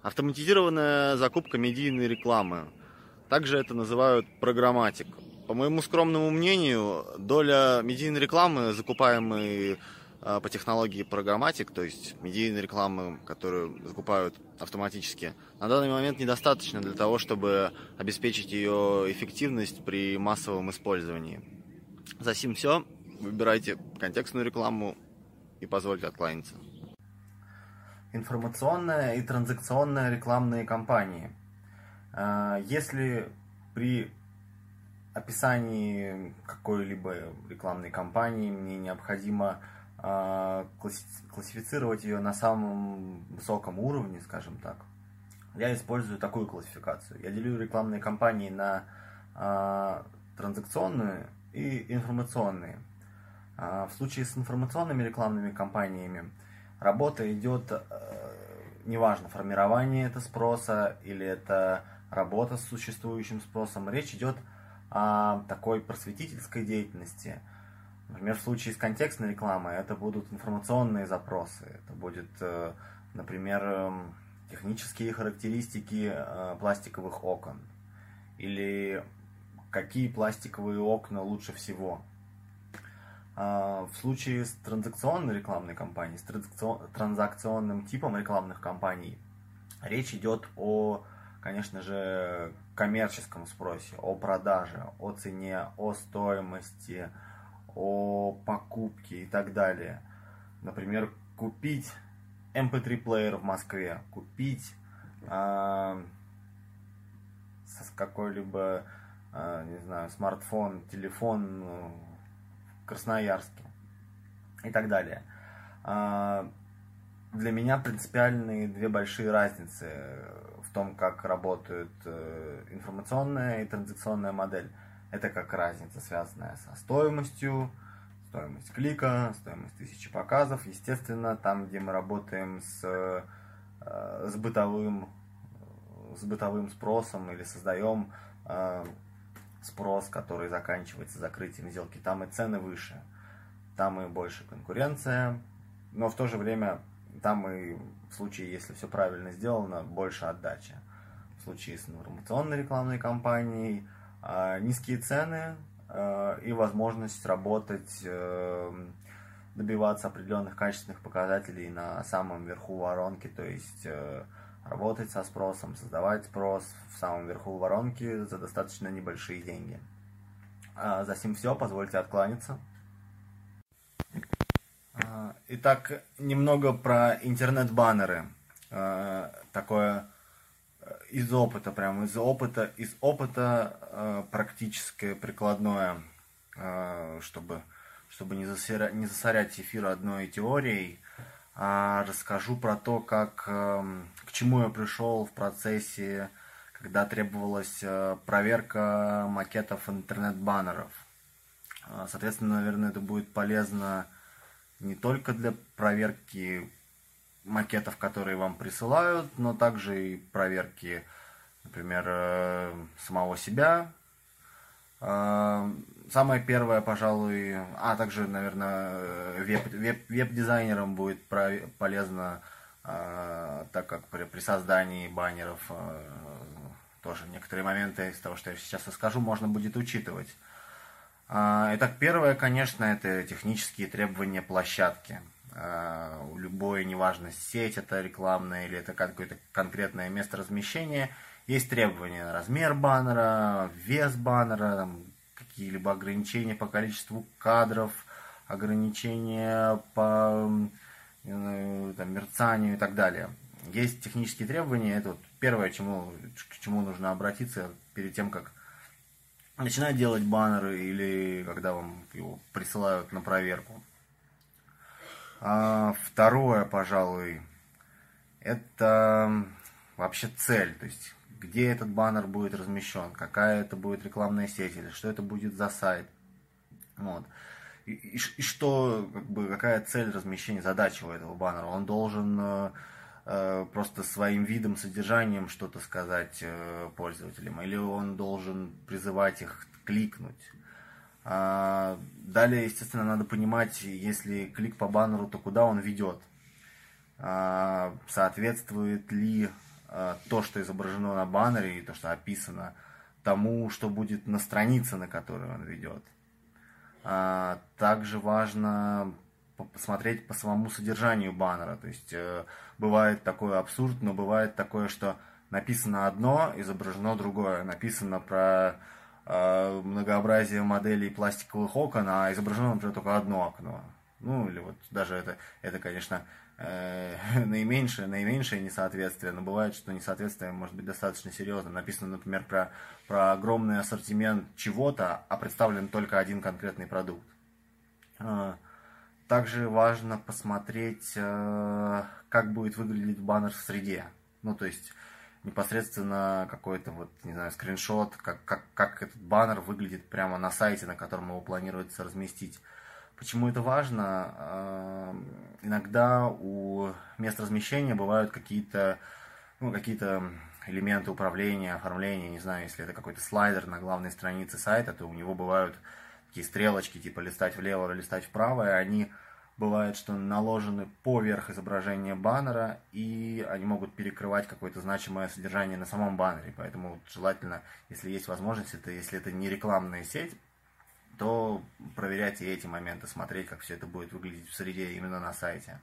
Автоматизированная закупка медийной рекламы. Также это называют программатик. По моему скромному мнению, доля медийной рекламы, закупаемой по технологии программатик, то есть медийной рекламы, которую закупают автоматически, на данный момент недостаточно для того, чтобы обеспечить ее эффективность при массовом использовании. За сим все. Выбирайте контекстную рекламу и позвольте откланяться. Информационная и транзакционная рекламные кампании. Если при описании какой-либо рекламной кампании мне необходимо классифицировать ее на самом высоком уровне, скажем так, я использую такую классификацию. Я делю рекламные кампании на транзакционные и информационные. В случае с информационными рекламными кампаниями работа идет, неважно, формирование это спроса или это работа с существующим спросом. Речь идет о такой просветительской деятельности. Например, в случае с контекстной рекламой это будут информационные запросы. Это будет, например, технические характеристики пластиковых окон. Или какие пластиковые окна лучше всего. В случае с транзакционной рекламной кампанией, с транзакционным типом рекламных кампаний, речь идет о, конечно же, коммерческом спросе, о продаже, о цене, о стоимости, о покупке и так далее. Например, купить MP3-плеер в Москве, купить какой-либо, не знаю, смартфон, телефон в Красноярске и так далее. Для меня принципиальные две большие разницы в том, как работают информационная и транзакционная модель. Это как разница, связанная со стоимостью, стоимость клика, стоимость 1000 показов. Естественно, там, где мы работаем с бытовым спросом или создаем спрос, который заканчивается закрытием сделки, там и цены выше, там и больше конкуренция, но в то же время там и в случае, если все правильно сделано, больше отдача. В случае с информационной рекламной кампанией низкие цены и возможность работать, добиваться определенных качественных показателей на самом верху воронки, то есть работать со спросом, создавать спрос в самом верху воронки за достаточно небольшие деньги. За сим все, позвольте откланяться. Итак, немного про интернет-баннеры. Такое из опыта практическое, прикладное, чтобы не засорять эфир одной теорией. Расскажу про то, к чему я пришел в процессе, когда требовалась проверка макетов интернет-баннеров. Соответственно, наверное, это будет полезно не только для проверки макетов, которые вам присылают, но также и проверки, например, самого себя. Самое первое, пожалуй, также, наверное, веб-дизайнерам будет полезно, так как при создании баннеров тоже некоторые моменты из того, что я сейчас расскажу, можно будет учитывать. Итак, первое, конечно, это технические требования площадки. У любой, неважно, сеть это рекламная или это какое-то конкретное место размещения, есть требования на размер баннера, вес баннера, какие-либо ограничения по количеству кадров, ограничения по мерцанию и так далее. Есть технические требования, это первое, к чему нужно обратиться перед тем, как начинать делать баннеры или когда вам его присылают на проверку. Второе, пожалуй, это вообще цель, то есть где этот баннер будет размещен, какая это будет рекламная сеть или что это будет за сайт. Вот. И что, какая цель размещения, задача у этого баннера. Он должен просто своим видом, содержанием что-то сказать пользователям, или он должен призывать их кликнуть. Далее, естественно, надо понимать, если клик по баннеру, то куда он ведет. Соответствует ли то, что изображено на баннере и то, что описано, тому, что будет на странице, на которую он ведет. Также важно посмотреть по самому содержанию баннера. То есть бывает такой абсурд, но бывает такое, что написано одно, изображено другое. Написано про многообразие моделей пластиковых окон, а изображено, например, только одно окно. Ну, или вот даже это конечно, наименьшее несоответствие, но бывает, что несоответствие может быть достаточно серьезным. Написано, например, про огромный ассортимент чего-то, а представлен только один конкретный продукт. Также важно посмотреть, как будет выглядеть баннер в среде. Ну, то есть непосредственно какой-то вот, не знаю, скриншот, как этот баннер выглядит прямо на сайте, на котором его планируется разместить. Почему это важно? Иногда у мест размещения бывают какие-то элементы управления, оформления, не знаю, если это какой-то слайдер на главной странице сайта, то у него бывают такие стрелочки, типа листать влево, листать вправо, и они бывает, что наложены поверх изображения баннера, и они могут перекрывать какое-то значимое содержание на самом баннере. Поэтому желательно, если есть возможность, если это не рекламная сеть, то проверять и эти моменты, смотреть, как все это будет выглядеть в среде именно на сайте.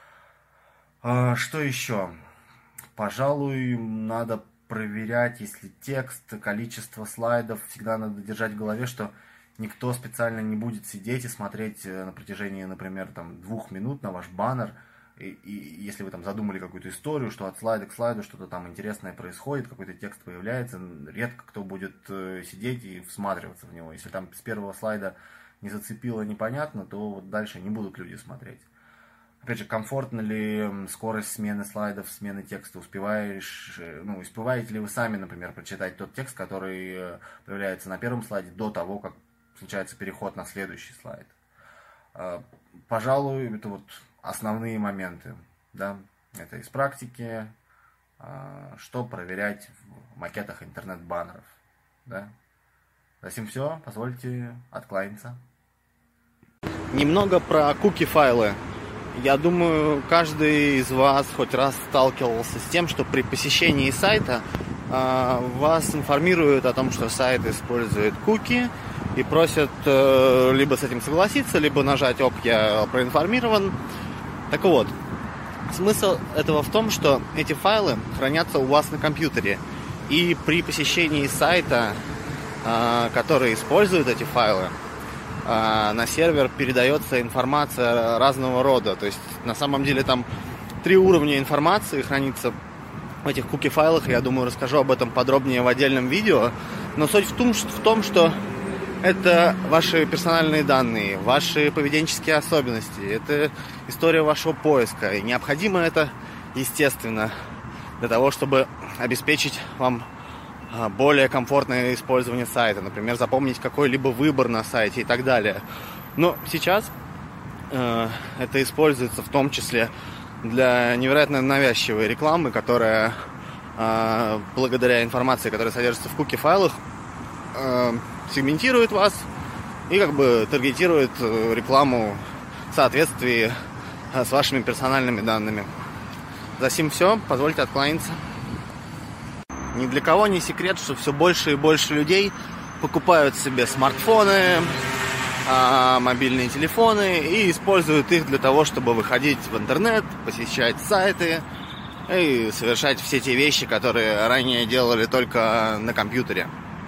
Что еще? Пожалуй, надо проверять, если текст, количество слайдов, всегда надо держать в голове, что никто специально не будет сидеть и смотреть на протяжении, например, 2 минут на ваш баннер. И если вы там задумали какую-то историю, что от слайда к слайду что-то там интересное происходит, какой-то текст появляется, редко кто будет сидеть и всматриваться в него. Если там с первого слайда не зацепило, непонятно, то вот дальше не будут люди смотреть. Опять же, комфортна ли скорость смены слайдов, смены текста? Успеваете ли вы сами, например, прочитать тот текст, который появляется на первом слайде до того, как случается переход на следующий слайд? Пожалуй, это вот основные моменты, да, это из практики, что проверять в макетах интернет-баннеров, да. За сим все, позвольте откланяться. Немного про куки-файлы. Я думаю, каждый из вас хоть раз сталкивался с тем, что при посещении сайта вас информируют о том, что сайт использует куки, и просят либо с этим согласиться, либо нажать «Ок, я проинформирован». Так вот, смысл этого в том, что эти файлы хранятся у вас на компьютере. И при посещении сайта, который использует эти файлы, на сервер передается информация разного рода. То есть, на самом деле, там 3 уровня информации хранится в этих куки-файлах. Я думаю, расскажу об этом подробнее в отдельном видео. Но суть в том, что это ваши персональные данные, ваши поведенческие особенности, это история вашего поиска. И необходимо это, естественно, для того, чтобы обеспечить вам более комфортное использование сайта. Например, запомнить какой-либо выбор на сайте и так далее. Но сейчас это используется в том числе для невероятно навязчивой рекламы, которая благодаря информации, которая содержится в куки-файлах, сегментирует вас и таргетирует рекламу в соответствии с вашими персональными данными. За сим все, позвольте откланяться. Ни для кого не секрет, что все больше и больше людей покупают себе смартфоны, мобильные телефоны и используют их для того, чтобы выходить в интернет, посещать сайты и совершать все те вещи, которые ранее делали только на компьютере.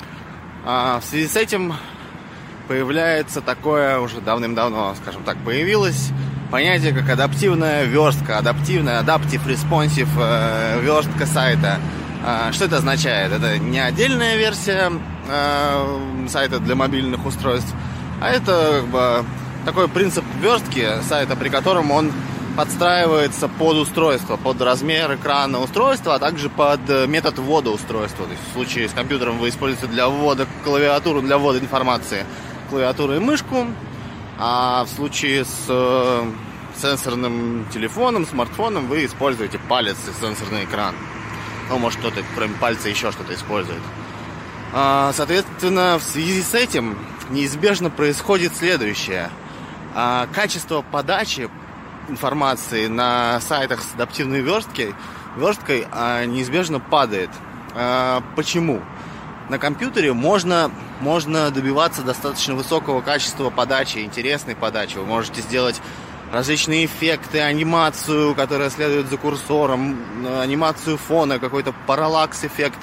В связи с этим появляется такое, уже давным-давно, скажем так, появилось понятие, как адаптивная верстка, adaptive responsive верстка сайта. Что это означает? Это не отдельная версия сайта для мобильных устройств, а это такой принцип верстки сайта, при котором он подстраивается под устройство, под размер экрана устройства, а также под метод ввода устройства. То есть в случае с компьютером вы используете для ввода клавиатуру, для ввода информации клавиатуру и мышку, а в случае с сенсорным телефоном, смартфоном вы используете палец и сенсорный экран. Ну, может, кто-то, кроме пальца, еще что-то использует. Соответственно, в связи с этим неизбежно происходит следующее. Качество подачи информации на сайтах с адаптивной версткой версткой неизбежно падает. Почему? На компьютере можно добиваться достаточно высокого качества подачи, интересной подачи. Вы можете сделать различные эффекты, анимацию, которая следует за курсором, анимацию фона, какой-то параллакс-эффект,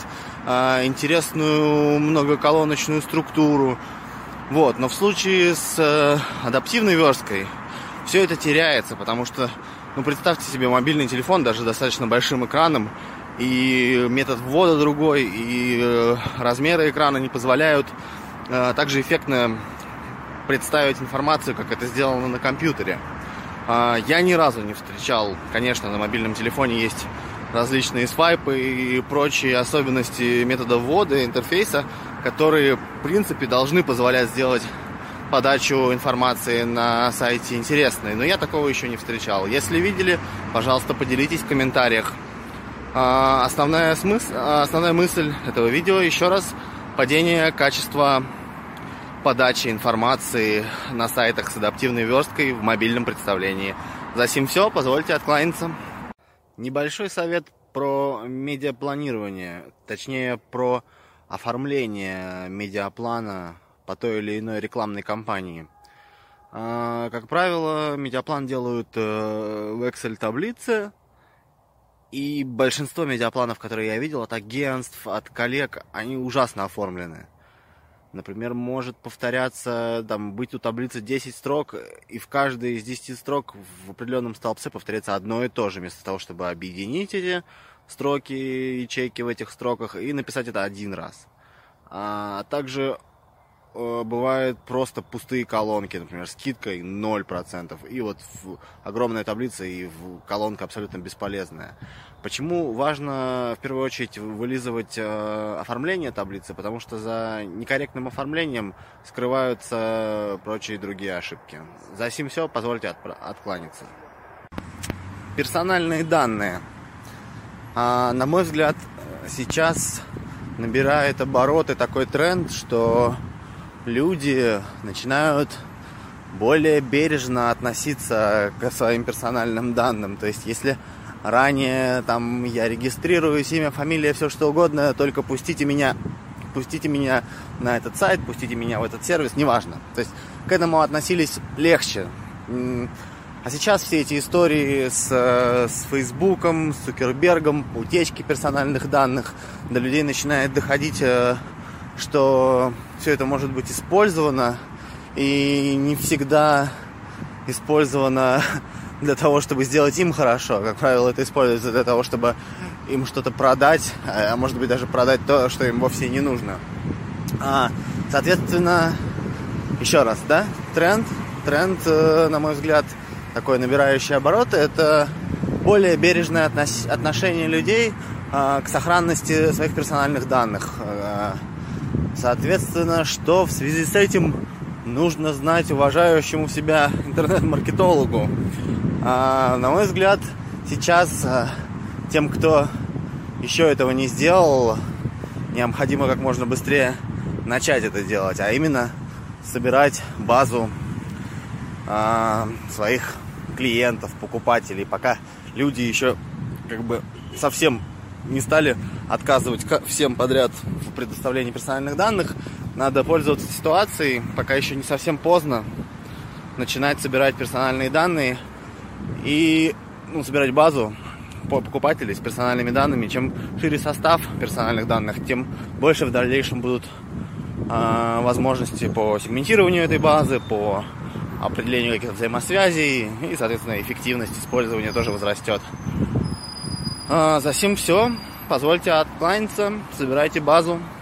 интересную многоколоночную структуру. Вот. Но в случае с адаптивной версткой все это теряется, потому что, представьте себе мобильный телефон даже достаточно большим экраном, и метод ввода другой, и размеры экрана не позволяют также эффектно представить информацию, как это сделано на компьютере. Я ни разу не встречал, конечно, на мобильном телефоне есть различные свайпы и прочие особенности метода ввода интерфейса, которые, в принципе, должны позволять сделать подачу информации на сайте интересной. Но я такого еще не встречал. Если видели, пожалуйста, поделитесь в комментариях. Основная мысль этого видео, еще раз, падение качества подачи информации на сайтах с адаптивной версткой в мобильном представлении. За сим все, позвольте откланяться. Небольшой совет про медиапланирование, точнее про оформление медиаплана по той или иной рекламной кампании. Как правило, медиаплан делают в Excel-таблице, и большинство медиапланов, которые я видел от агентств, от коллег, они ужасно оформлены. Например, может повторяться, быть у таблицы 10 строк, и в каждой из 10 строк в определенном столбце повторяется одно и то же, вместо того, чтобы объединить эти строки, ячейки в этих строках и написать это один раз. А также бывают просто пустые колонки, например, скидкой 0%, и вот огромная таблица, и колонка абсолютно бесполезная. Почему важно в первую очередь вылизывать оформление таблицы? Потому что за некорректным оформлением скрываются прочие другие ошибки. За сим все, позвольте откланяться. Персональные данные. На мой взгляд, сейчас набирает обороты такой тренд, что люди начинают более бережно относиться к своим персональным данным. То есть, если ранее я регистрируюсь, имя, фамилия, все что угодно, только пустите меня на этот сайт, пустите меня в этот сервис, неважно. То есть, к этому относились легче. А сейчас все эти истории с Фейсбуком, с Цукербергом, утечки персональных данных, до людей начинает доходить, что все это может быть использовано, и не всегда использовано для того, чтобы сделать им хорошо. Как правило, это используется для того, чтобы им что-то продать, а может быть даже продать то, что им вовсе не нужно. Соответственно, еще раз, тренд, на мой взгляд, такой набирающий обороты, это более бережное отношение людей к сохранности своих персональных данных. Соответственно, что в связи с этим нужно знать уважающему себя интернет-маркетологу? На мой взгляд, сейчас тем, кто еще этого не сделал, необходимо как можно быстрее начать это делать, а именно собирать базу своих клиентов, покупателей, пока люди еще совсем не стали отказывать всем подряд в предоставлении персональных данных. Надо пользоваться ситуацией, пока еще не совсем поздно, начинать собирать персональные данные и собирать базу покупателей с персональными данными. Чем шире состав персональных данных, тем больше в дальнейшем будут возможности по сегментированию этой базы, по определению каких-то взаимосвязей, и, соответственно, эффективность использования тоже возрастет. За сим все. Позвольте откланяться, собирайте базу.